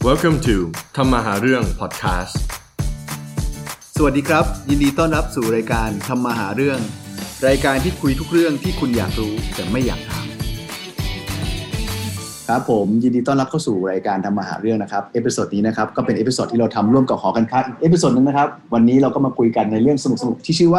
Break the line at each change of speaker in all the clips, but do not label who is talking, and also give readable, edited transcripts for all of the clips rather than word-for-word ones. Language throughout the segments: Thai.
Welcome to ทำมาหาเรื่อง podcast
สวัสดีครับยินดีต้อนรับสู่รายการทำมาหาเรื่องรายการที่คุยทุกเรื่องที่คุณอยากรู้แต่ไม่อยากถามครับผมยินดีต้อนรับเข้าสู่รายการทำมาหาเรื่องนะครับเอพิโซดนี้นะครับก็เป็นเอพิโซดที่เราทำร่วมกับหอการค้าอีกเอพิโซดนึงนะครับวันนี้เราก็มาคุยกันในเรื่องสนุกๆที่ชื่อว่า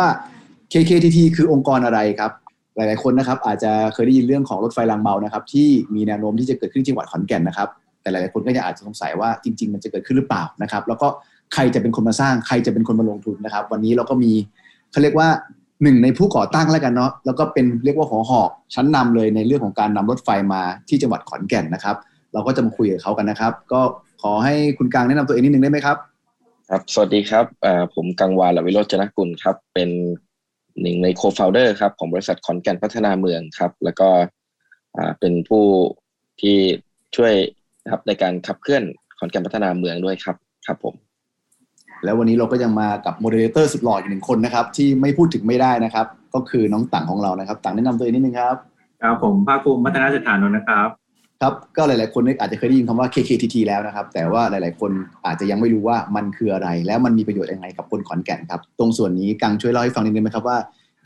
KKTT คือองค์กรอะไรครับหลายๆคนนะครับอาจจะเคยได้ยินเรื่องของรถไฟรางเบานะครับที่มีแนวโน้มที่จะเกิดขึ้นจังหวัดขอนแก่นนะครับแต่หลายๆคนก็จะอาจจะสงสัยว่าจริงๆมันจะเกิดขึ้นหรือเปล่านะครับแล้วก็ใครจะเป็นคนมาสร้างใครจะเป็นคนมาลงทุนนะครับวันนี้เราก็มีเขาเรียกว่าหนึ่งในผู้ก่อตั้งแล้วกันเนาะแล้วก็เป็นเรียกว่าหัวหอกชั้นนำเลยในเรื่องของการนำรถไฟมาที่จังหวัดขอนแก่นนะครับเราก็จะมาคุยกับเขากันนะครับก็ขอให้คุณกางแนะนำตัวเองนิดนึงได้ไหมครับ
ครับสวัสดีครับผมกังวาล วิโรจนกุลครับเป็นหนึ่งในโคฟาวเดอร์ครับของบริษัทขอนแก่นพัฒนาเมืองครับแล้วก็เป็นผู้ที่ช่วยครับในการขับเคลื่อนขอนแก่นพัฒนาเมืองด้วยครับครับผม
แล้ววันนี้เราก็ยังมากับโมเดเลเตอร์สุดหล่ออีกหนึ่งคนนะครับที่ไม่พูดถึงไม่ได้นะครับก็คือน้องต่างของเรานะครับต่างแนะนำตัวเองนิดนึงครับ
ครับผมภาคภูมิพัฒนาเศรษฐานนท์นะครับ
ครับก็หลายๆคนอาจจะเคยได้ยินคำว่า KKTT แล้วนะครับแต่ว่าหลายๆคนอาจจะยังไม่รู้ว่ามันคืออะไรแล้วมันมีประโยชน์ยังไงกับคนขอนแก่นครับตรงส่วนนี้กังช่วยเล่าให้ฟังนิดนึงไหมครับว่า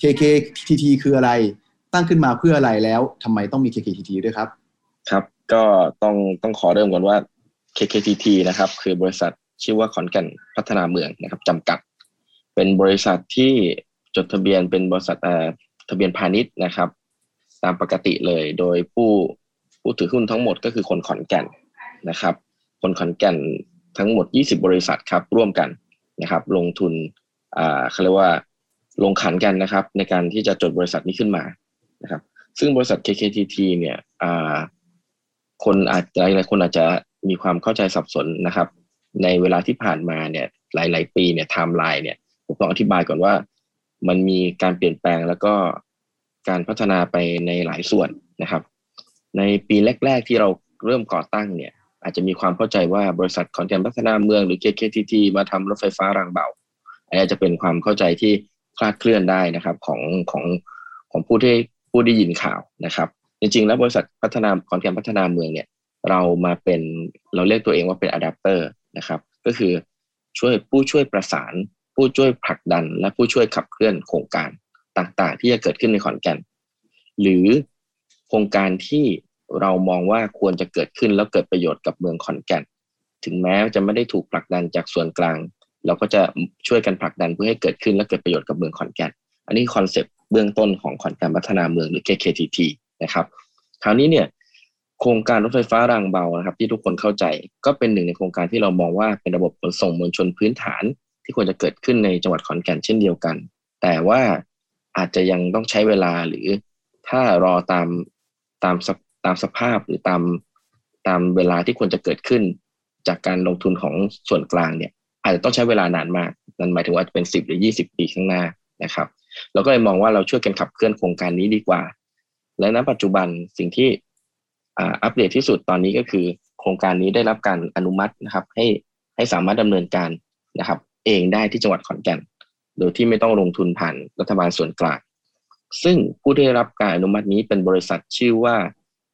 KKTT คืออะไรตั้งขึ้นมาเพื่ออะไรแล้วทำไมต้องมี KKTT ด้วยครับ
ครับก็ต้องขอเริ่มก่อนว่า KKTT นะครับคือบริษัทชื่อว่าขอนแก่นพัฒนาเมืองนะครับจำกัดเป็นบริษัทที่จดทะเบียนเป็นบริษัททะเบียนพาณิชย์นะครับตามปกติเลยโดยผู้ถือหุ้นทั้งหมดก็คือคนขอนแก่นนะครับคนขอนแก่นทั้งหมด20บริษัทครับร่วมกันนะครับลงทุนเขาเรียกว่าลงขันกันนะครับในการที่จะจดบริษัทนี้ขึ้นมานะครับซึ่งบริษัท KKTT เนี่ยคนอาจจะหลายคนอาจจะมีความเข้าใจสับสนนะครับในเวลาที่ผ่านมาเนี่ยหลายๆปีเนี่ยไทม์ไลน์เนี่ยผมต้องอธิบายก่อนว่ามันมีการเปลี่ยนแปลงแล้วก็การพัฒนาไปในหลายส่วนนะครับในปีแรกๆที่เราเริ่มก่อตั้งเนี่ยอาจจะมีความเข้าใจว่าบริษัทขอนแก่นพัฒนาเมืองหรือ KKTT มาทำรถไฟฟ้ารางเบาอาจจะเป็นความเข้าใจที่คลาดเคลื่อนได้นะครับของผู้ได้ยินข่าวนะครับจริงๆแล้วบริษัทพัฒนาขอนแก่นพัฒนาเมืองเนี่ยเราเรียกตัวเองว่าเป็นอะแดปเตอร์นะครับก็คือผู้ช่วยประสานผู้ช่วยผลักดันและผู้ช่วยขับเคลื่อนโครงการต่างๆที่จะเกิดขึ้นในขอนแก่นหรือโครงการที่เรามองว่าควรจะเกิดขึ้นแล้วเกิดประโยชน์กับเมืองขอนแก่นถึงแม้จะไม่ได้ถูกผลักดันจากส่วนกลางเราก็จะช่วยกันผลักดันเพื่อให้เกิดขึ้นและเกิดประโยชน์กับเมืองขอนแก่นอันนี้คอนเซปต์เบื้องต้นของขอนแก่นพัฒนาเมืองหรือ KKTT นะครับคราวนี้เนี่ยโครงการรถไฟฟ้ารางเบานะครับที่ทุกคนเข้าใจก็เป็นหนึ่งในโครงการที่เรามองว่าเป็นระบบขนส่งมวลชนพื้นฐานที่ควรจะเกิดขึ้นในจังหวัดขอนแก่นเช่นเดียวกันแต่ว่าอาจจะยังต้องใช้เวลาหรือถ้ารอตามสภาพหรือตามเวลาที่ควรจะเกิดขึ้นจากการลงทุนของส่วนกลางเนี่ยอาจจะต้องใช้เวลานานมากนั่นหมายถึงว่าจะเป็น10หรือ20ปีข้างหน้านะครับเราก็เลยมองว่าเราช่วยกันขับเคลื่อนโครงการนี้ดีกว่าและณปัจจุบันสิ่งที่อัปเดตที่สุดตอนนี้ก็คือโครงการนี้ได้รับการอนุมัตินะครับให้สามารถดำเนินการนะครับเองได้ที่จังหวัดขอนแก่นโดยที่ไม่ต้องลงทุนผ่านรัฐบาลส่วนกลางซึ่งผู้ได้รับการอนุมัตินี้เป็นบริษัทชื่อว่า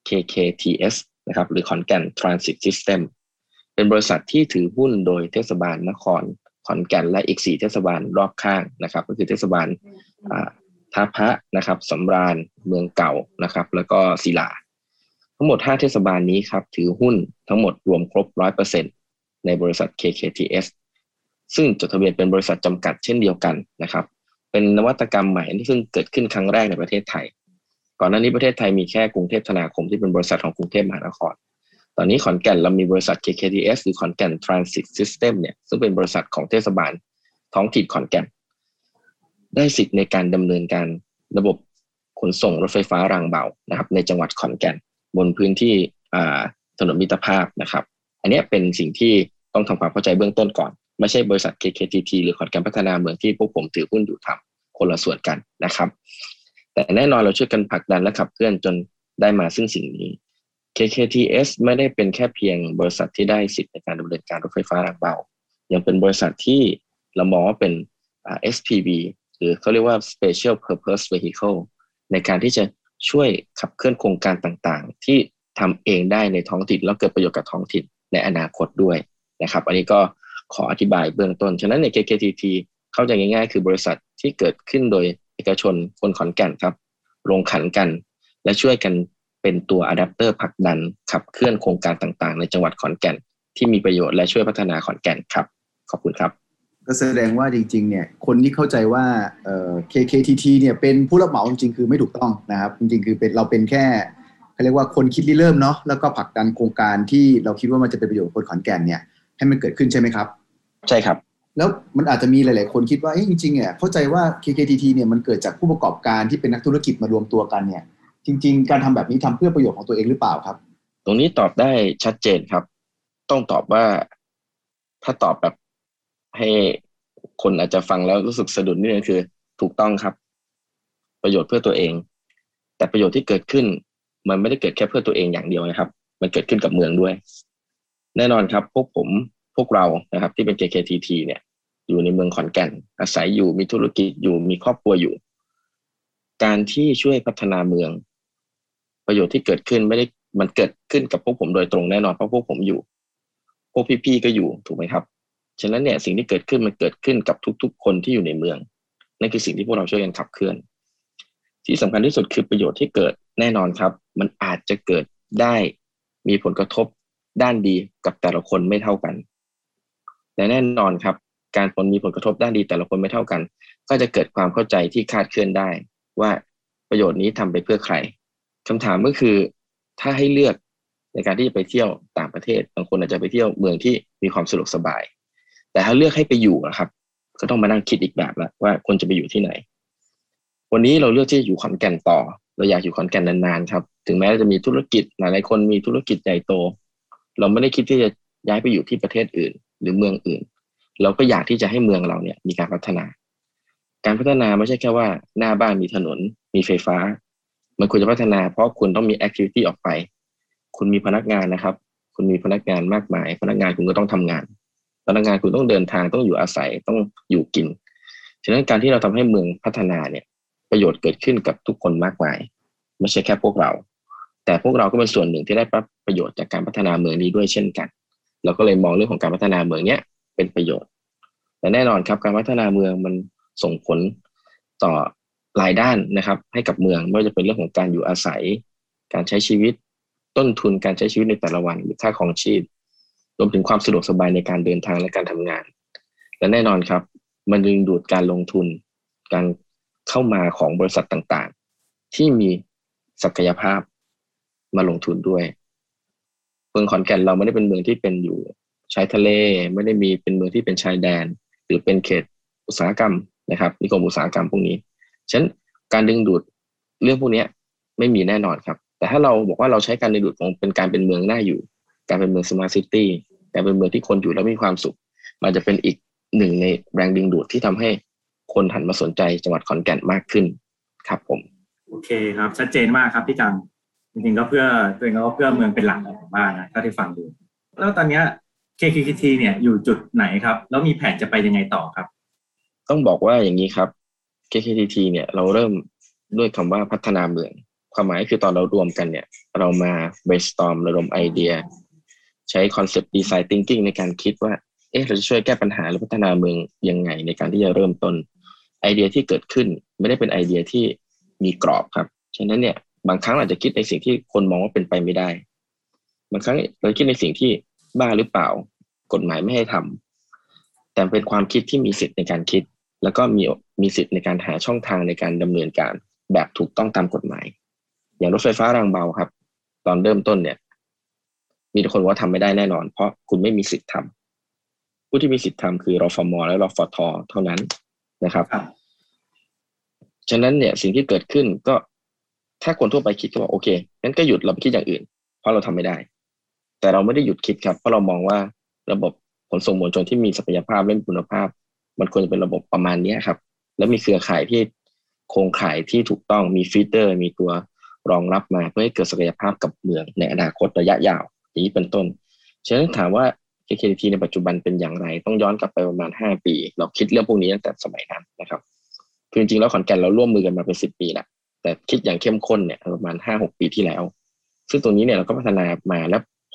KKTS นะครับหรือขอนแก่น Transit System เป็นบริษัทที่ถือหุ้นโดยเทศบาลนครขอนแก่นและอีก4เทศบาลรอบข้างนะครับก็คือเทศบาลท่าพระนะครับสำราญเมืองเก่านะครับแล้วก็ศิลาทั้งหมด5เทศบาลนี้ครับถือหุ้นทั้งหมดรวมครบ 100% ในบริษัท KKTS ซึ่งจดทะเบียนเป็นบริษัทจำกัดเช่นเดียวกันนะครับเป็นนวัตกรรมใหม่ที่เพิ่งเกิดขึ้นครั้งแรกในประเทศไทยก่อนหน้านี้ประเทศไทยมีแค่กรุงเทพธนาคมที่เป็นบริษัทของกรุงเทพมหานครตอนนี้ขอนแก่นเรามีบริษัท KKTS หรือขอนแก่น Transit System เนี่ยซึ่งเป็นบริษัทของเทศบาลท้องถิ่นขอนแก่นได้สิทธิ์ในการดำเนินการระบบขนส่งรถไฟฟ้ารางเบานะครับในจังหวัดขอนแก่นบนพื้นที่ถนนมิตรภาพนะครับอันนี้เป็นสิ่งที่ต้องทำความเข้าใจเบื้องต้นก่อนไม่ใช่บริษัท KKTT หรือขอนแก่นพัฒนาเมืองที่พวกผมถือหุ้นอยู่ทำคนละส่วนกันนะครับแต่แน่นอนเราช่วยกันผลักดันและขับเคลื่อนจนได้มาซึ่งสิ่งนี้ KKTS ไม่ได้เป็นแค่เพียงบริษัทที่ได้สิทธิ์ในการดำเนินการรถไฟฟ้ารางเบายังเป็นบริษัทที่เรามองว่าเป็นSPV หรือเขาเรียกว่า Special Purpose Vehicle ในการที่จะช่วยขับเคลื่อนโครงการต่างๆที่ทำเองได้ในท้องถิ่นแล้วเกิดประโยชน์กับท้องถิ่นในอนาคตด้วยนะครับอันนี้ก็ขออธิบายเบื้องต้นฉะนั้นใน KKTT เข้าใจง่ายๆคือบริษัทที่เกิดขึ้นโดยเอกชนคนขอนแก่นครับลงขันกันและช่วยกันเป็นตัวอะแดปเตอร์ผลักดันขับเคลื่อนโครงการต่างๆในจังหวัดขอนแก่นที่มีประโยชน์และช่วยพัฒนาขอนแก่นครับขอบคุณครับ
ก็แสดงว่าจริงๆเนี่ยคนที่เข้าใจว่าKKTT เนี่ยเป็นผู้รับเหมาจริงๆคือไม่ถูกต้องนะครับจริงๆคือเราเป็นแค่เขาเรียกว่าคนคิดริเริ่มเนาะแล้วก็ผลักดันโครงการที่เราคิดว่ามันจะเป็นประโยชน์กับคนขอนแก่นเนี่ยให้มันเกิดขึ้นใช่ไหมครับ
ใช่ครับ
แล้วมันอาจจะมีหลายๆคนคิดว่าจริงๆเนี่ยเข้าใจว่า KKTT เนี่ยมันเกิดจากผู้ประกอบการที่เป็นนักธุรกิจมารวมตัวกันเนี่ยจริงๆการทำแบบนี้ทำเพื่อประโยชน์ของตัวเองหรือเปล่าครับ
ตรงนี้ตอบได้ชัดเจนครับต้องตอบว่าถ้าตอบแบบให้คนอาจจะฟังแล้วรู้สึกสะดุดนิดนึงคือถูกต้องครับประโยชน์เพื่อตัวเองแต่ประโยชน์ที่เกิดขึ้นมันไม่ได้เกิดแค่เพื่อตัวเองอย่างเดียวนะครับมันเกิดขึ้นกับเมืองด้วยแน่นอนครับพวกเรานะครับที่เป็น KKTT เนี่ยอยู่ในเมืองขอนแก่นอาศัยอยู่มีธุรกิจอยู่มีครอบครัวอยู่การที่ช่วยพัฒนาเมืองประโยชน์ที่เกิดขึ้นไม่ได้มันเกิดขึ้นกับพวกผมโดยตรงแน่นอนเพราะพวกผมอยู่พวกพี่ๆก็อยู่ถูกไหมครับฉะนั้นเนี่ยสิ่งที่เกิดขึ้นมันเกิดขึ้นกับทุกๆคนที่อยู่ในเมืองนั่นคือสิ่งที่พวกเราช่วยกันขับเคลื่อนที่สำคัญที่สุดคือประโยชน์ที่เกิดแน่นอนครับมันอาจจะเกิดได้มีผลกระทบด้านดีกับแต่ละคนไม่เท่ากันและแน่นอนครับการมีผลกระทบด้านดีแต่ละคนไม่เท่ากันก็จะเกิดความเข้าใจที่คลาดเคลื่อนได้ว่าประโยชน์นี้ทำไปเพื่อใครคำถามก็คือถ้าให้เลือกในการที่จะไปเที่ยวต่างประเทศบางคนอาจจะไปเที่ยวเมืองที่มีความสะดวกสบายแต่ถ้าเลือกให้ไปอยู่นะครับก็ต้องมานั่งคิดอีกแบบละว่าคนจะไปอยู่ที่ไหนวันนี้เราเลือกที่จะอยู่ขอนแก่นต่อเราอยากอยู่ขอนแก่นนานๆครับถึงแม้จะมีธุรกิจหลายๆคนมีธุรกิจใหญ่โตเราไม่ได้คิดที่จะย้ายไปอยู่ที่ประเทศอื่นหรือเมืองอื่นเราก็อยากที่จะให้เมืองเราเนี่ยมีการพัฒนาไม่ใช่แค่ว่าหน้าบ้านมีถนนมีไฟฟ้ามันควรจะพัฒนาเพราะคุณต้องมีแอคทิวิตี้ออกไปคุณมีพนักงานนะครับคุณมีพนักงานมากมายพนักงานคุณก็ต้องทำงานพนักงานคุณต้องเดินทางต้องอยู่อาศัยต้องอยู่กินฉะนั้นการที่เราทำให้เมืองพัฒนาเนี่ยประโยชน์เกิดขึ้นกับทุกคนมากมายไม่ใช่แค่พวกเราแต่พวกเราก็เป็นส่วนหนึ่งที่ได้รับประโยชน์จากการพัฒนาเมืองนี้ด้วยเช่นกันเราก็เลยมองเรื่องของการพัฒนาเมืองเนี้ยเป็นประโยชน์และแน่นอนครับการพัฒนาเมืองมันส่งผลต่อหลายด้านนะครับให้กับเมืองไม่ว่าจะเป็นเรื่องของการอยู่อาศัยการใช้ชีวิตต้นทุนการใช้ชีวิตในแต่ละวันหรือค่าครองชีพรวมถึงความสะดวกสบายในการเดินทางและการทำงานและแน่นอนครับมันดึงดูดการลงทุนการเข้ามาของบริษัทต่างๆที่มีศักยภาพมาลงทุนด้วยเมืองขอนแก่นเราไม่ได้เป็นเมืองที่เป็นอยู่ชายทะเลไม่ได้มีเป็นเมืองที่เป็นชายแดนหรือเป็นเขตอุตสาหกรรมนะครับนิคมอุตสาหกรรมพวกนี้ฉะนั้นการดึงดูดเรื่องพวกนี้ไม่มีแน่นอนครับแต่ถ้าเราบอกว่าเราใช้การดึงดูดของเป็นการเป็นเมืองน่าอยู่การเป็นเมืองสมาร์ทซิตี้การเป็นเมืองที่คนอยู่แล้วมีความสุขมันจะเป็นอีกหนึ่งในแรงดึงดูดที่ทำให้คนหันมาสนใจจังหวัดขอนแก่นมากขึ้นครับผม
โอเคครับชัดเจนมากครับพี่กังจริงๆก็เพื่อตัวเองก็เพื่อเมืองเป็นหลักของบ้านนะถ้าที่ฟังดูแล้วตอนนี้ KKTT เนี่ยอยู่จุดไหนครับแล้วมีแผนจะไปยังไงต่อครับ
ต้องบอกว่าอย่างนี้ครับ KKTT เนี่ยเราเริ่มด้วยคำว่าพัฒนาเมืองความหมายคือตอนเรารวมกันเนี่ยเรามา brainstorm ระดมไอเดียใช้ concept design thinking ในการคิดว่าเราจะช่วยแก้ปัญหาหรือพัฒนาเมืองยังไงในการที่จะเริ่มต้นไอเดียที่เกิดขึ้นไม่ได้เป็นไอเดียที่มีกรอบครับฉะนั้นเนี่ยบางครั้งอาจจะคิดในสิ่งที่คนมองว่าเป็นไปไม่ได้บางครั้งเราคิดในสิ่งที่บ้าหรือเปล่ากฎหมายไม่ให้ทำแต่เป็นความคิดที่มีสิทธิ์ในการคิดแล้วก็มีสิทธิ์ในการหาช่องทางในการดำเนินการแบบถูกต้องตามกฎหมายอย่างรถไฟฟ้ารางเบาครับตอนเริ่มต้นเนี่ยมีทุกคนว่าทำไม่ได้แน่นอนเพราะคุณไม่มีสิทธิ์ทำผู้ที่มีสิทธิ์ทำคือรฟม.และรฟท.เท่านั้นนะครับฉะนั้นเนี่ยสิ่งที่เกิดขึ้นก็ถ้าคนทั่วไปคิดก็บอกโอเคงั้นก็หยุดเราไปคิดอย่างอื่นเพราะเราทำไม่ได้แต่เราไม่ได้หยุดคิดครับเพราะเรามองว่าระบบขนส่งมวลชนที่มีศักยภาพและมีคุณภาพมันควรจะเป็นระบบประมาณนี้ครับแล้วมีเครือข่ายที่โครงข่ายที่ถูกต้องมีฟีเจอร์มีตัวรองรับมาเพื่อให้เกิดศักยภาพกับเมืองในอนาคตระยะยาวอย่างนี้เป็นต้นฉะนั้นถามว่า KKTT ในปัจจุบันเป็นอย่างไรต้องย้อนกลับไปประมาณ5ปีเราคิดเรื่องพวกนี้ตั้งแต่สมัยนั้นนะครับคือจริงๆแล้วขอนแก่นเราร่วมมือกันมาเป็น10ปีแล้วแต่คิดอย่างเข้มข้นเนี่ยประมาณ 5-6 ปีที่แล้วซึ่งตรงนี้เนี่ยเราก็พัฒนามาแล้วพ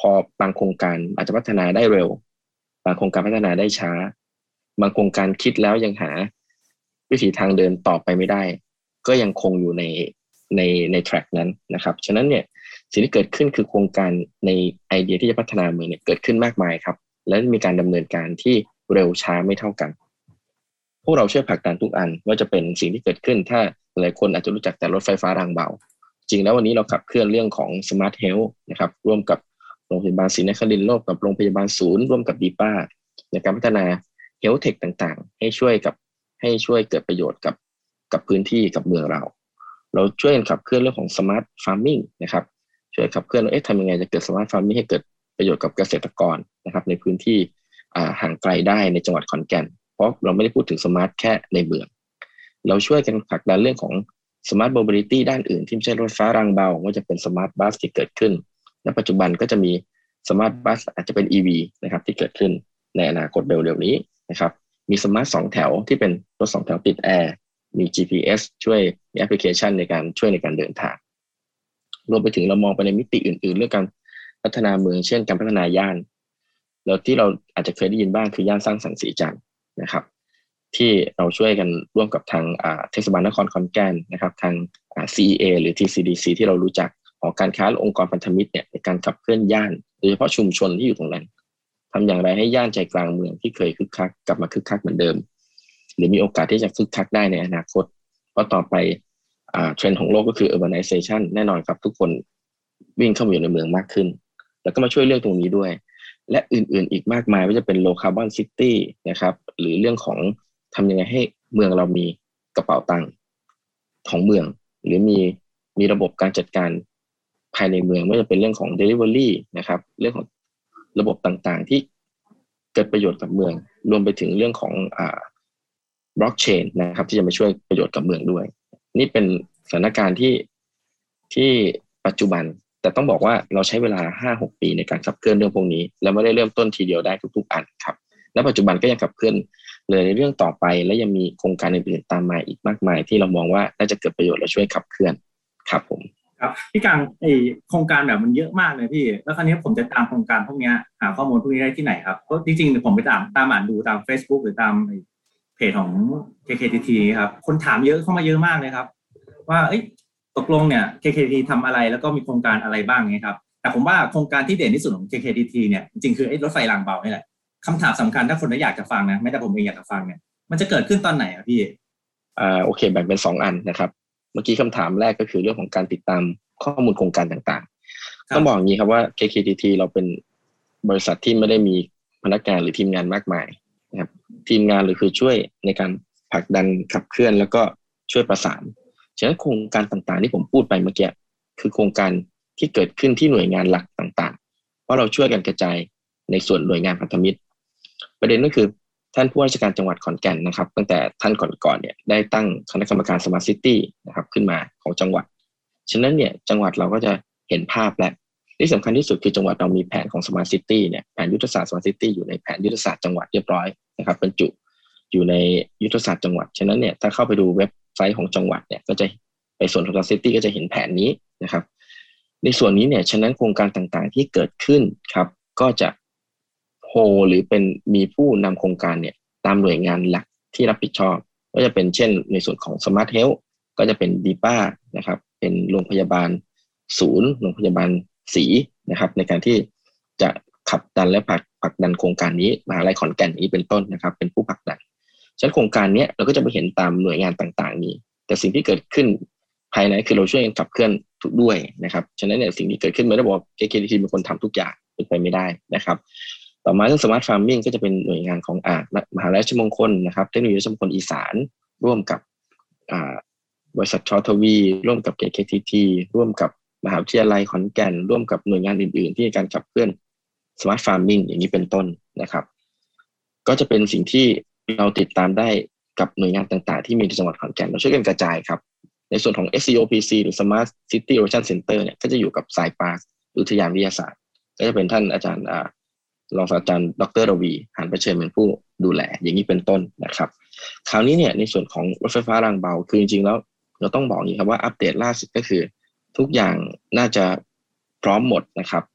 พอบางโครงการอาจจะพัฒนาได้เร็วบางโครงการพัฒนาได้ช้าบางโครงการคิดแล้วยังหาวิถีทางเดินต่อไปไม่ได้ก็ยังคงอยู่ในแทร็กนั้นนะครับฉะนั้นเนี่ยสิ่งที่เกิดขึ้นคือโครงการในไอเดียที่จะพัฒนาเมืองเนี่ยเกิดขึ้นมากมายครับและมีการดำเนินการที่เร็วช้าไม่เท่ากันพวกเราช่วยผลักดันทุกอันว่าจะเป็นสิ่งที่เกิดขึ้นถ้าหลายคนอาจจะรู้จักแต่รถไฟฟ้ารางเบาจริงแล้ววันนี้เราขับเคลื่อนเรื่องของ Smart Health นะครับร่วมกับโรงพยาบาลศรีนครินทร์ร่วมกับโรงพยาบาลศูนย์ร่วมกับดีป้าในการพัฒนา Health Tech ต่างๆให้ช่วยเกิดประโยชน์กับพื้นที่กับเมืองเราช่วยกันขับเคลื่อนเรื่องของ Smart Farming นะครับช่วยขับเคลื่อนทำยังไงจะเกิด Smart Farming ให้เกิดประโยชน์กับเกษตรกรนะครับในพื้นที่ห่างไกลได้ในจังหวัดขอนแก่นเพราะเราไม่ได้พูดถึง Smart แค่ในเมืองเราช่วยกันผลักดันเรื่องของ Smart Mobility ด้านอื่นที่ไม่ใช่รถไฟฟ้ารางเบาว่าจะเป็น Smart Bus ที่เกิดขึ้นและปัจจุบันก็จะมี Smart Bus อาจจะเป็น EV นะครับที่เกิดขึ้นในอนาคตเร็วๆนี้นะครับมี Smart 2 แถวที่เป็นรถ2 แถวติดแอร์มี GPS ช่วยมีแอปพลิเคชันในการช่วยในการเดินทางรวมไปถึงเรามองไปในมิติอื่นๆเรื่องการพัฒนาเมืองเช่นการพัฒนาย่านแล้วที่เราอาจจะเคยได้ยินบ้างคือย่านสร้างสรรค์ศรีจันทร์นะครับที่เราช่วยกันร่วมกับทางเทศบาลนครขอนแก่นนะครับทางCEA หรือ TCDC ที่เรารู้จักหอการค้าและองค์กรพันธมิตรเนี่ยในการขับเคลื่อนย่านโดยเฉพาะชุมชนที่อยู่ตรงนั้นทำอย่างไรให้ย่านใจกลางเมืองที่เคยคึกคักกลับมาคึกคักเหมือนเดิมหรือมีโอกาสที่จะคึกคักได้ในอนาคตเพราะต่อไปเทรนด์ของโลกก็คือ urbanization แน่นอนครับทุกคนวิ่งเข้ามาอยู่ในเมืองมากขึ้นแล้วก็มาช่วยเรื่องตรงนี้ด้วยและอื่นๆอีกมากมายว่าจะเป็น low carbon city นะครับหรือเรื่องของทำยังไงให้เมืองเรามีกระเป๋าตังค์ของเมืองหรือมีระบบการจัดการภายในเมืองไม่ว่าจะเป็นเรื่องของ delivery นะครับเรื่องของระบบต่างๆที่เกิดประโยชน์กับเมืองรวมไปถึงเรื่องของบล็อกเชนนะครับที่จะมาช่วยประโยชน์กับเมืองด้วยนี่เป็นสถานการณ์ที่ปัจจุบันแต่ต้องบอกว่าเราใช้เวลา 5-6 ปีในการขับเคลื่อนเรื่องพวกนี้และไม่ได้เริ่มต้นทีเดียวได้ทุกๆอันครับและปัจจุบันก็ยังขับเคลื่อนเลยในเรื่องต่อไปและยังมีโครงการอื่นๆตามมาอีกมากมายที่เรามองว่าน่าจะเกิดประโยชน์และช่วยขับเคลื่อนครับผม
ครับพี่กังโครงการแบบมันเยอะมากเลยพี่แล้วคราวนี้ผมจะตามโครงการพวกนี้หาข้อมูลพวกนี้ได้ที่ไหนครับเพราะจริงๆผมไปตามอ่านดูตาม Facebook หรือตามเพจของ KKTT ครับคนถามเยอะเข้ามาเยอะมากเลยครับว่าตกลงเนี่ย KKTT ทำอะไรแล้วก็มีโครงการอะไรบ้างไงครับแต่ผมว่าโครงการที่เด่นที่สุดของ KKTT เนี่ยจริงๆคือรถไฟรางเบานี่แหละคำถามสำคัญถ้าคนอยากจะฟังนะแม้แต่ผมเองอยากจะฟังเนี่ยมันจะเกิดขึ้นตอนไหนพี่
โอเคแบ่งเป็น2 อันนะครับเมื่อกี้คำถามแรกก็คือเรื่องของการติดตามข้อมูลโครงการต่างๆต้องบอกอย่างนี้ครับว่า KKTT เราเป็นบริษัทที่ไม่ได้มีพนักงานหรือทีมงานมากมายนะครับทีมงานหรือคือช่วยในการผลักดันขับเคลื่อนแล้วก็ช่วยประสานฉะนั้นโครงการต่างๆที่ผมพูดไปเมื่อกี้คือโครงการที่เกิดขึ้นที่หน่วยงานหลักต่างๆเพราะเราช่วยกันกระจายในส่วนหน่วยงานพันธมิตรประเด็นก็คือท่านผู้ว่าราชการจังหวัดขอนแก่นนะครับตั้งแต่ท่านก่อนๆเนี่ยได้ตั้งคณะกรรมการ Smart City นะครับขึ้นมาของจังหวัดฉะนั้นเนี่ยจังหวัดเราก็จะเห็นภาพและที่สำคัญที่สุดคือจังหวัดเรามีแผนของ Smart City เนี่ยแผนยุทธศาสตร์ Smart City อยู่ในแผนยุทธศาสตร์จังหวัดเรียบร้อยนะครับบรรจุอยู่ในยุทธศาสตร์จังหวัดฉะนั้นเนี่ยถ้าเข้าไปดูเว็บไซต์ของจังหวัดเนี่ยก็จะในส่วนของ Smart City ก็จะเห็นแผนนี้นะครับในส่วนนี้เนี่ยฉะนั้นโครงการต่างๆที่เกิดขึ้นครับก็จะโฮหรือเป็นมีผู้นำโครงการเนี่ยตามหน่วยงานหลักที่รับผิดชอบก็จะเป็นเช่นในส่วนของ Smart Health ก็จะเป็นดีป้านะครับเป็นโรงพยาบาลศูนย์โรงพยาบาลศรีนะครับในการที่จะขับดันและผลักดันโครงการนี้มหาวิทยาลัยขอนแก่นนี้เป็นต้นนะครับเป็นผู้ผลักดันฉะนั้นโครงการนี้เราก็จะไปเห็นตามหน่วยงานต่างๆนี้แต่สิ่งที่เกิดขึ้นภายในคือเราช่วยกันขับเคลื่อนทุกด้วยนะครับฉะนั้นเนี่ยสิ่งที่เกิดขึ้นไม่ได้บอก KKTT เป็นคนทำทุกอย่างเป็นไปไม่ได้นะครับต่อมาเรื่อง Smart Farming ก็จะเป็นหน่วยงานของมหาวิทยาลัยราชมงคลนะครับเทคโนโลยีราชมงคลอีสานร่วมกับบริษัทชอทวีร่วมกับ KKTT ร่วมกับมหาวิทยาลัยขอนแก่นร่วมกับหน่วยงานอื่นๆที่ในการขับเคลื่อน Smart Farming อย่างนี้เป็นต้นนะครับก็จะเป็นสิ่งที่เราติดตามได้กับหน่วยงานต่างๆที่มีในจังหวัดขอนแก่นเราช่วยกันกระจายครับในส่วนของ SCOPC หรือ Smart City Ocean Center เนี่ยก็จะอยู่กับสายปาร์คอุทยานวิทยาศาสตร์ก็จะเป็นท่านอาจารย์รองศาสตราจารย์ดร.รวีหานประเชิญเป็นผู้ดูแลอย่างนี้เป็นต้นนะครับคราวนี้เนี่ยในส่วนของรถไฟฟ้ารางเบาคือจริงๆแล้วเราต้องบอกอย่างนี้ครับว่าอัปเดตล่าสุดก็คือทุกอย่างน่าจะพร้อมหมดนะครับ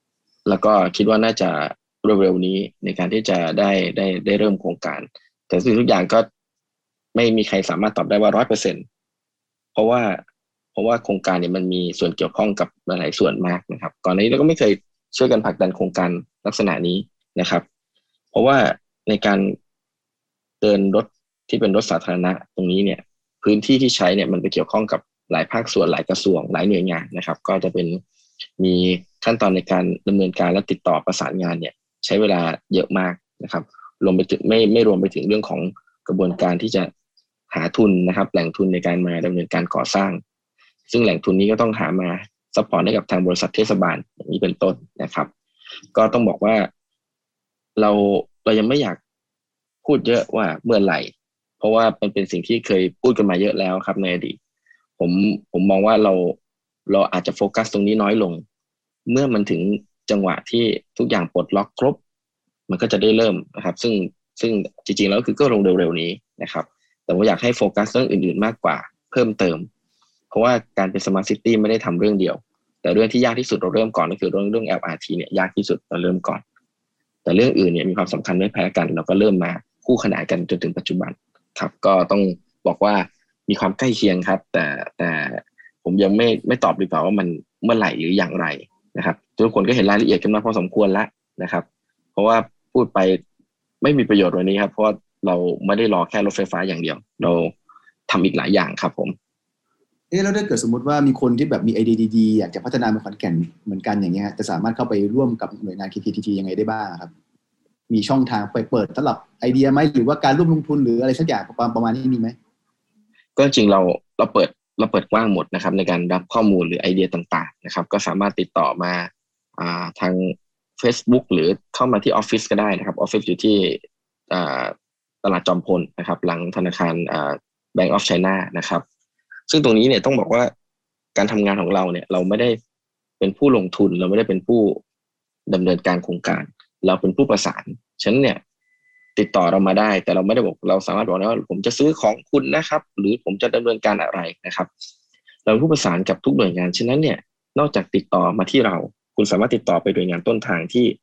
แล้วก็คิดว่าน่าจะเร็วๆนี้ในการที่จะได้เริ่มโครงการแต่ทุกอย่างก็ไม่มีใครสามารถตอบได้ว่า100%เพราะว่าโครงการเนี่ยมันมีส่วนเกี่ยวข้องกับหลายส่วนมากนะครับก่อนหน้านี้เราก็ไม่เคยช่วยกันผลักดันโครงการลักษณะนี้นะครับเพราะว่าในการเดินรถที่เป็นรถสาธารณะตรงนี้เนี่ยพื้นที่ที่ใช้เนี่ยมันไปเกี่ยวข้องกับหลายภาคส่วนหลายกระทรวงหลายหน่วยงานนะครับก็จะเป็นมีขั้นตอนในการดำเนินการและติดต่อประสานงานเนี่ยใช้เวลาเยอะมากนะครับรวมไปถึงไม่รวมไปถึงเรื่องของกระบวนการที่จะหาทุนนะครับแหล่งทุนในการมาดำเนินการก่อสร้างซึ่งแหล่งทุนนี้ก็ต้องหามาซัพพอร์ตให้กับทางบริษัทเทศบาลอย่างนี้เป็นต้นนะครับก็ต้องบอกว่าเรายังไม่อยากพูดเยอะว่าเมื่อไหร่เพราะว่าเป็นสิ่งที่เคยพูดกันมาเยอะแล้วครับในอดีตผมมองว่าเราอาจจะโฟกัสตรงนี้น้อยลงเมื่อมันถึงจังหวะที่ทุกอย่างปลดล็อกครบมันก็จะได้เริ่มนะครับซึ่งจริงๆแล้วคือก็ลงเร็วๆนี้นะครับแต่ว่าอยากให้โฟกัสเรื่องอื่นๆมากกว่าเพิ่มเติมเพราะว่าการเป็น Smart City ไม่ได้ทำเรื่องเดียวแต่เรื่องที่ยากที่สุดเราเริ่มก่อนก็คือเรื่อง LRT เนี่ยยากที่สุดเราเริ่มก่อนแต่เรื่องอื่นเนี่ยมีความสำคัญไม่แพ้กันเราก็เริ่มมาคู่ขนานกันจนถึงปัจจุบันครับก็ต้องบอกว่ามีความใกล้เคียงครับแต่ผมยังไม่ตอบดีกว่าว่ามันเมื่อไหร่หรืออย่างไรนะครับทุกคนก็เห็นรายละเอียดกันมาพอสมควรแล้วนะครับเพราะว่าพูดไปไม่มีประโยชน์วันนี้ครับเพราะว่าเราไม่ได้รอแค่รถไฟฟ้าอย่างเดียวเราทำอีกหลายอย่างครับผม
แล้วถ้าเกิดสมมติว่ามีคนที่แบบมีไอเดียดีๆอยากจะพัฒนาเป็นขอนแก่นเหมือนกันอย่างเงี้ยจะสามารถเข้าไปร่วมกับหน่วยงาน KKTT ยังไงได้บ้างครับมีช่องทางไปเปิดสำหรับไอเดียไหมหรือว่าการร่วมลงทุนหรืออะไรสักอย่างประมาณนี้มีไหม
ก็จริงเราเปิดกว้างหมดนะครับในการรับข้อมูลหรือไอเดียต่างๆนะครับก็สามารถติดต่อมาทาง Facebook หรือเข้ามาที่ออฟฟิศก็ได้นะครับออฟฟิศอยู่ที่ตลาดจอมพลนะครับหลังธนาคารBank of China นะครับซึ่งตรงนี้เนี่ยต้องบอกว่าการทำงานของเราเนี่ยเราไม่ได้เป็นผู้ลงทุนเราไม่ได้เป็นผู้ดำเนินการโครงการเราเป็นผู้ประสานฉะนั้นเนี่ยติดต่อเรามาได้แต่เราไม่ได้บอกเราสามารถบอกได้ว่าผมจะซื้อของคุณนะครับหรือผมจะดำเนินการอะไรนะครับเราเป็นผู้ประสานกับทุกหน่วยงานฉะนั้นเนี่ยนอกจากติดต่อมาที่เราคุณสามารถติดต่อไปหน่วยงานต้นทาง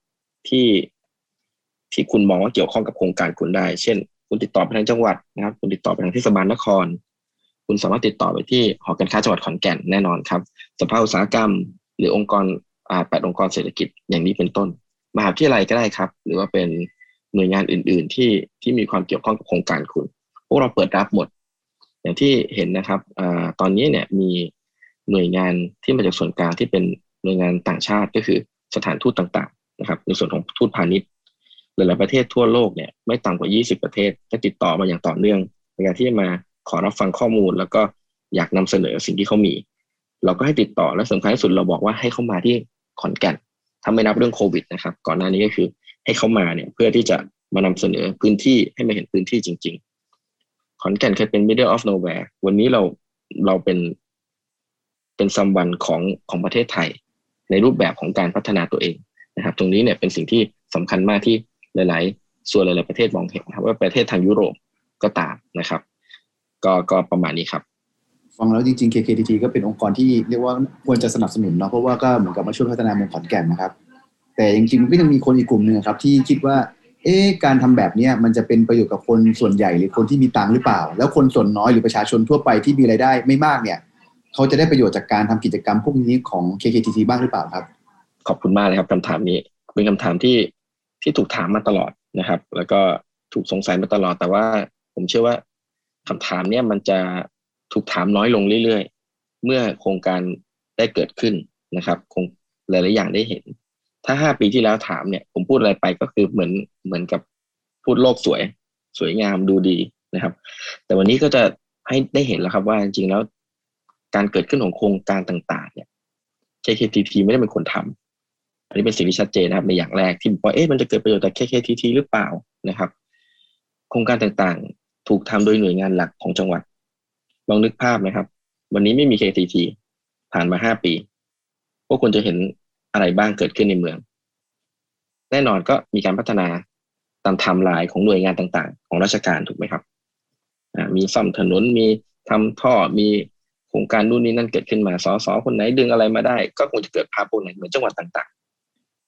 ที่คุณมองว่าเกี่ยวข้องกับโครงการคุณได้เช่นคุณติดต่อไปทางจังหวัดนะครับคุณติดต่อไปทางเทศบาลนครคุณสามารถติดต่อไปที่หอการค้าจังหวัดขอนแก่นแน่นอนครับสภาอุตสาหกรรมหรือองค์กร8 องค์กรเศรษฐกิจอย่างนี้เป็นต้นมหาวิทยาลัยก็ได้ครับหรือว่าเป็นหน่วยงานอื่นๆที่มีความเกี่ยวข้องกับโครงการคุณพวกเราเปิดรับหมดอย่างที่เห็นนะครับตอนนี้เนี่ยมีหน่วยงานที่มาจากส่วนกลางที่เป็นหน่วยงานต่างชาติก็คือสถานทูตต่างๆนะครับในส่วนของทูตพาณิชย์หลายๆประเทศทั่วโลกเนี่ยไม่ต่ำกว่า20ประเทศก็ติดต่อมาอย่างต่อเนื่องในการที่จะมาขอรับฟังข้อมูลแล้วก็อยากนำเสนอสิ่งที่เขามีเราก็ให้ติดต่อและสำคัญที่สุดเราบอกว่าให้เข้ามาที่ขอนแก่นถ้าไม่นับเรื่องโควิดนะครับก่อนหน้านี้ก็คือให้เข้ามาเนี่ยเพื่อที่จะมานำเสนอพื้นที่ให้มาเห็นพื้นที่จริงๆขอนแก่นเคยเป็น middle of nowhere วันนี้เราเป็นsomeoneของประเทศไทยในรูปแบบของการพัฒนาตัวเองนะครับตรงนี้เนี่ยเป็นสิ่งที่สำคัญมากที่หลายๆส่วนหลายๆประเทศมองเห็นนะครับว่าประเทศทางยุโรปก็ตามนะครับก็ประมาณนี้ครับ
ฟังแล้วจริงๆ KKTT ก็เป็นองค์กรที่เรียกว่าควรจะสนับสนุนเนาะเพราะว่าก็เหมือนกับมาช่วยพัฒนาเมืองขอนแก่นนะครับแต่จริงๆมันก็ยังมีคนอีกกลุ่มนึงครับที่คิดว่าการทำแบบนี้มันจะเป็นประโยชน์กับคนส่วนใหญ่หรือคนที่มีตังค์หรือเปล่าแล้วคนส่วนน้อยหรือประชาชนทั่วไปที่มีรายได้ไม่มากเนี่ยเขาจะได้ประโยชน์จากการทำกิจกรรมพวกนี้ของ KKTT บ้างหรือเปล่าครับ
ขอบคุณมากเลยครับคำถามนี้เป็นคำถามที่ถูกถามมาตลอดนะครับแล้วก็ถูกสงสัยมาตลอดแต่ว่าผมเชื่อว่าคำถามเนี้ยมันจะถูกถามน้อยลงเรื่อยๆเมื่อโครงการได้เกิดขึ้นนะครับคงหลายๆอย่างได้เห็นถ้า5 ปีที่แล้วถามเนี่ยผมพูดอะไรไปก็คือเหมือนกับพูดโลกสวยงามดูดีนะครับแต่วันนี้ก็จะให้ได้เห็นแล้วครับว่าจริงๆแล้วการเกิดขึ้นของโครงการต่างๆเนี่ย KKTT ไม่ได้เป็นคนทำอันนี้เป็นสิ่งที่ชัดเจนนะครับในอย่างแรกที่บอกว่ามันจะเกิดประโยชน์จาก KKTT หรือเปล่านะครับโครงการต่างๆถูกทำโดยหน่วยงานหลักของจังหวัดลองนึกภาพนะครับวันนี้ไม่มี KKTT ผ่านมา5 ปีพวกคุณจะเห็นอะไรบ้างเกิดขึ้นในเมืองแน่นอนก็มีการพัฒนาตามไทม์ไลน์ของหน่วยงานต่างๆของราชการถูกไหมครับมีซ่อมถนนมีทำท่อมีโครงการนู่นนี่นั่นเกิดขึ้นมาสสคนไหนดึงอะไรมาได้ก็คงจะเกิดภาพพวกนั้นเหมือนจังหวัดต่าง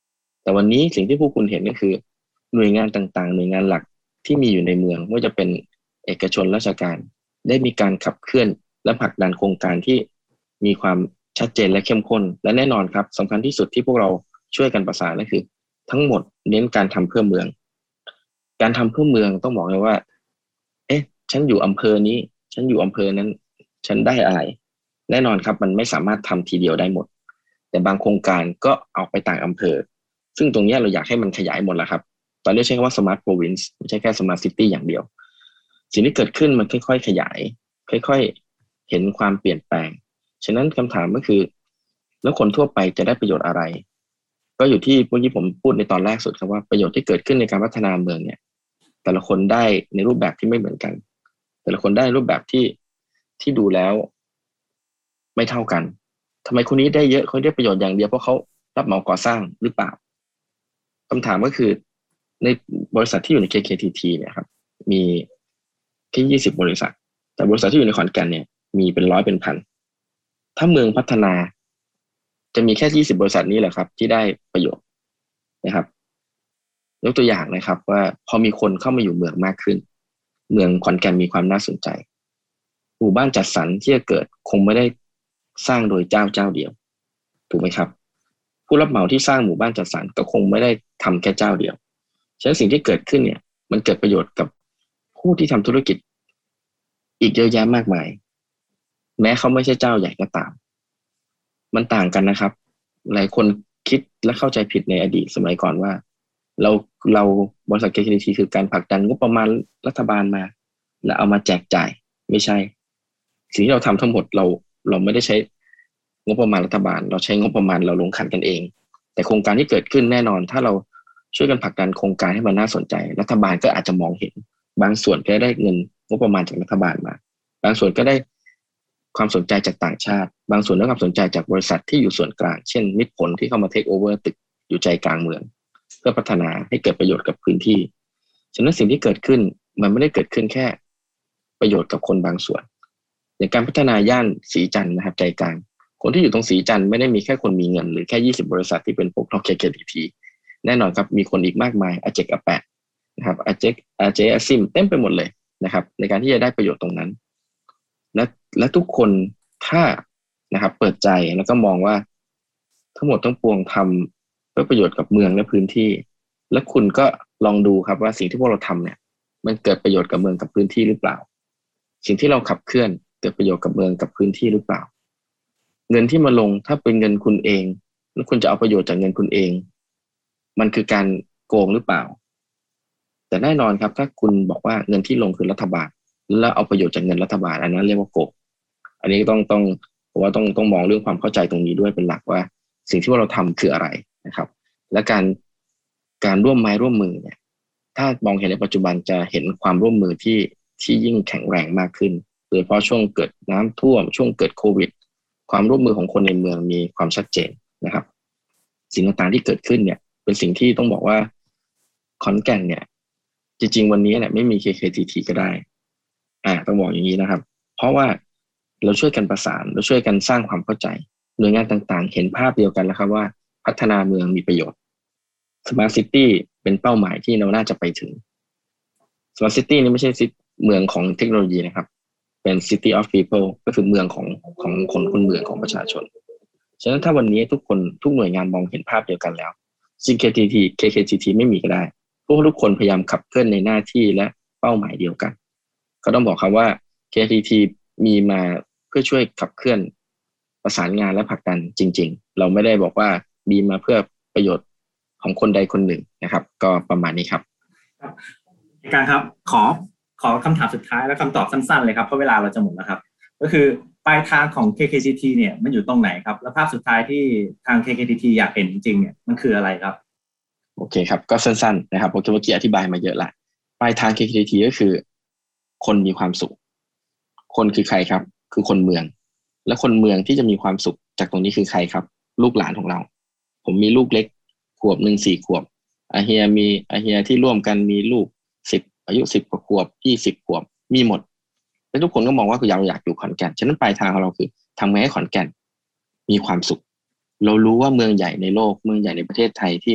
แต่วันนี้สิ่งที่พวกคุณเห็นก็คือหน่วยงานต่างๆหน่วยงานหลักที่มีอยู่ในเมืองไม่ว่าจะเป็นเอกชนราชการได้มีการขับเคลื่อนและผลักดันโครงการที่มีความชัดเจนและเข้มข้นและแน่นอนครับสำคัญที่สุดที่พวกเราช่วยกันประสานก็คือทั้งหมดเน้นการทำเพื่อเมืองการทำเพื่อเมืองต้องบอกเลยว่าฉันอยู่อำเภอนี้ฉันอยู่อำเภอนั้นฉันได้อะไรแน่นอนครับมันไม่สามารถทำทีเดียวได้หมดแต่บางโครงการก็เอาไปต่างอำเภอซึ่งตรงนี้เราอยากให้มันขยายหมดแล้วครับตอนนี้ใช้คำว่า smart province ไม่ใช่แค่ smart city อย่างเดียวสิ่งที่เกิดขึ้นมันค่อยๆขยายค่อยๆเห็นความเปลี่ยนแปลงฉะนั้นคำถามก็คือแล้วคนทั่วไปจะได้ประโยชน์อะไรก็อยู่ที่เมื่อกี้ผมพูดในตอนแรกสุดครับว่าประโยชน์ที่เกิดขึ้นในการพัฒนาเมืองเนี่ยแต่ละคนได้ในรูปแบบที่ไม่เหมือนกันแต่ละคนได้รูปแบบที่ดูแล้วไม่เท่ากันทำไมคนนี้ได้เยอะเขาได้ประโยชน์อย่างเดียวเพราะเขารับเหมาก่อสร้างหรือเปล่าคำถามก็คือในบริษัทที่อยู่ใน KKTT เนี่ยครับมีแค่20บริษัทแต่บริษัทที่อยู่ในขอนแก่นเนี่ยมีเป็นร้อยเป็นพันถ้าเมืองพัฒนาจะมีแค่20บริษัทนี้แหละครับที่ได้ประโยชน์นะครับยกตัวอย่างนะครับว่าพอมีคนเข้ามาอยู่เมืองมากขึ้นเมืองขอนแก่นมีความน่าสนใจหมู่บ้านจัดสรรที่จะเกิดคงไม่ได้สร้างโดยเจ้าเดียวถูกไหมครับผู้รับเหมาที่สร้างหมู่บ้านจัดสรรก็คงไม่ได้ทำแค่เจ้าเดียวฉะนั้นสิ่งที่เกิดขึ้นเนี่ยมันเกิดประโยชน์กับผู้ที่ทำธุรกิจอีกเยอะแยะมากมายแม้เขาไม่ใช่เจ้าใหญ่ก็ตามมันต่างกันนะครับหลายคนคิดและเข้าใจผิดในอดีตสมัยก่อนว่าเราบริษัท KKTT คือการผลักดันงบประมาณรัฐบาลมาแล้วเอามาแจกจ่ายไม่ใช่สิ่งที่เราทำทั้งหมดเราไม่ได้ใช้งบประมาณรัฐบาลเราใช้งบประมาณเราลงขันกันเองแต่โครงการที่เกิดขึ้นแน่นอนถ้าเราช่วยกันผลักดันโครงการให้มันน่าสนใจรัฐบาลก็อาจจะมองเห็นบางส่วนก็ได้เงินงบประมาณจากรัฐบาลมาบางส่วนก็ได้ความสนใจจากต่างชาติบางส่วนได้ความสนใจจากบริษัทที่อยู่ส่วนกลางเช่นมิตรผลที่เข้ามาเทคโอเวอร์ตึกอยู่ใจกลางเมืองเพื่อพัฒนาให้เกิดประโยชน์กับพื้นที่ฉะนั้นสิ่งที่เกิดขึ้นมันไม่ได้เกิดขึ้นแค่ประโยชน์กับคนบางส่วนอย่างการพัฒนาย่านศรีจันทร์นะครับใจกลางคนที่อยู่ตรงศรีจันทร์ไม่ได้มีแค่คนมีเงินหรือแค่20บริษัทที่เป็นพวก KKTT แน่นอนครับมีคนอีกมากมายอาเจกอาแปะนะครับอาเจอาซิมเต็มไปหมดเลยนะครับในการที่จะได้ประโยชน์ตรงนั้นและทุกคนถ้านะครับเปิดใจแล้วก็มองว่าทั้งหมดทั้งปวงทำเพื่อประโยชน์กับเมืองและพื้นที่และคุณก็ลองดูครับว่าสิ่งที่พวกเราทำเนี่ยมันเกิดประโยชน์กับเมืองกับพื้นที่หรือเปล่าสิ่งที่เราขับเคลื่อนเกิดประโยชน์กับเมืองกับพื้นที่หรือเปล่าเงินที่มาลงถ้าเป็นเงินคุณเองแล้วคุณจะเอาประโยชน์จากเงินคุณเองมันคือการโกงหรือเปล่าแต่แน่นอนครับถ้าคุณบอกว่าเงินที่ลงคือรัฐบาลแล้วเอาประโยชน์จากเงินรัฐบาลอันนั้นเรียกว่าโกงอันนี้ต้องผมว่าต้องมองเรื่องความเข้าใจตรงนี้ด้วยเป็นหลักว่าสิ่งที่เราทำคืออะไรนะครับและการร่วมไม้ร่วมมือเนี่ยถ้ามองเห็นในปัจจุบันจะเห็นความร่วมมือที่ยิ่งแข็งแรงมากขึ้นโดยเฉพาะช่วงเกิดน้ำท่วมช่วงเกิดโควิดความร่วมมือของคนในเมืองมีความชัดเจนนะครับสิ่งต่างๆที่เกิดขึ้นเนี่ยเป็นสิ่งที่ต้องบอกว่าขอนแก่นเนี่ยจริงๆวันนี้เนี่ยไม่มี KKTT ก็ได้ต้องบอกอย่างนี้นะครับเพราะว่าเราช่วยกันประสานเราช่วยกันสร้างความเข้าใจหน่วยงานต่างๆเห็นภาพเดียวกันแล้วครับว่าพัฒนาเมืองมีประโยชน์ Smart City เป็นเป้าหมายที่เราน่าจะไปถึง Smart City นี่ไม่ใช่เมืองของเทคโนโลยีนะครับเป็น City of People ก็คือเมืองของคนเมืองของประชาชนฉะนั้นถ้าวันนี้ทุกคนทุกหน่วยงานมองเห็นภาพเดียวกันแล้ว KKTT ไม่มีก็ได้พวกทุกคนพยายามขับเคลื่อนในหน้าที่และเป้าหมายเดียวกันก็ต้องบอกครับว่า KKTT มีมาเพื่อช่วยขับเคลื่อนประสานงานและผลักดันจริงๆเราไม่ได้บอกว่ามีมาเพื่อประโยชน์ของคนใดคนหนึ่งนะครับก็ประมาณนี้ครับ
การครับขอคำถามสุดท้ายและคำตอบสั้นๆเลยครับเพราะเวลาเราจะหมดแล้วครับก็คือปลายทางของ KKTT เนี่ยมันอยู่ตรงไหนครับและภาพสุดท้ายที่ทาง KKTT อยากเห็นจริงๆเนี่ยมันคืออะไรครับ
โอเคครับก็สั้นๆนะครับผมเมื่อกี้อธิบายมาเยอะละปลายทาง KKTT ก็คือคนมีความสุขคนคือใครครับคือคนเมืองและคนเมืองที่จะมีความสุขจากตรงนี้คือใครครับลูกหลานของเราผมมีลูกเล็กขวบหนึ่ง4 ขวบอาเฮียที่ร่วมกันมีลูก10อายุ10 กว่าขวบ20 ขวบมีหมดและทุกคนก็มองว่าคือเราอยากอยู่ขอนแก่นฉะนั้นปลายทางของเราคือทำไงให้ขอนแก่นมีความสุขเรารู้ว่าเมืองใหญ่ในโลกเมืองใหญ่ในประเทศไทยที่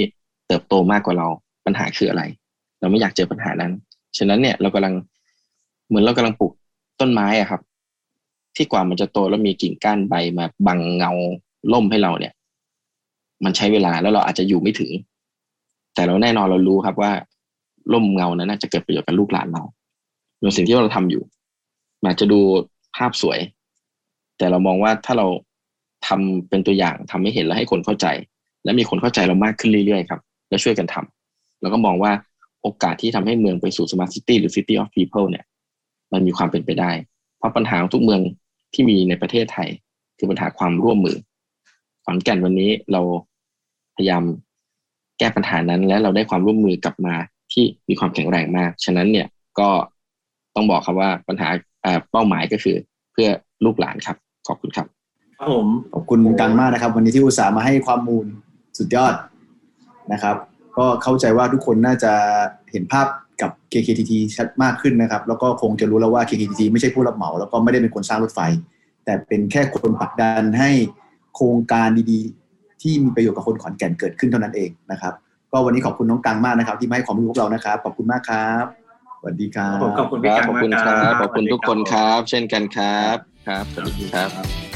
เติบโตมากกว่าเราปัญหาคืออะไรเราไม่อยากเจอปัญหานั้นฉะนั้นเนี่ยเรากำลังปลูกต้นไม้อะครับที่กว่ามันจะโตแล้วมีกิ่งก้านใบมาบังเงาล่มให้เราเนี่ยมันใช้เวลาแล้วเราอาจจะอยู่ไม่ถึงแต่เราแน่นอนเรารู้ครับว่าล่มเงานั้นน่าจะเกิดประโยชน์กับลูกหลานเราในสิ่งที่เราทำอยู่อาจจะดูภาพสวยแต่เรามองว่าถ้าเราทำเป็นตัวอย่างทำให้เห็นแล้วให้คนเข้าใจและมีคนเข้าใจเรามากขึ้นเรื่อยๆครับแล้วช่วยกันทำแล้วก็มองว่าโอกาสที่ทำให้เมืองไปสู่ Smart City หรือ City of People เนี่ยมันมีความเป็นไปได้เพราะปัญหาของทุกเมืองที่มีในประเทศไทยคือปัญหาความร่วมมือขอนแก่นวันนี้เราพยายามแก้ปัญหานั้นและเราได้ความร่วมมือกลับมาที่มีความแข็งแรงมากฉะนั้นเนี่ยก็ต้องบอกครับว่าปัญหาเป้าหมายก็คือเพื่อลูกหลานครับขอบคุณครับ
ครับผม
ขอบคุณกังมากนะครับวันนี้ที่อุตส่าห์มาให้ความมูลสุดยอดนะครับก็เข้าใจว่าทุกคนน่าจะเห็นภาพกับ KKTT ชัดมากขึ้นนะครับแล้วก็คงจะรู้แล้วว่า KKTT ไม่ใช่ผู้รับเหมาแล้วก็ไม่ได้เป็นคนสร้างรถไฟแต่เป็นแค่คนผลักดันให้โครงการดีๆที่มีประโยชน์กับคนขอนแก่นเกิดขึ้นเท่านั้นเองนะครับก็วันนี้ขอบคุณน้องกังมากนะครับที่มาให้ความรู้พวกเรานะครับขอบคุณมากครับสวัสดีครับ
ขอบคุณพี่กังมากครับ
ขอบคุณทุกคนครับเช่นกันครับครับสวัสดีครับ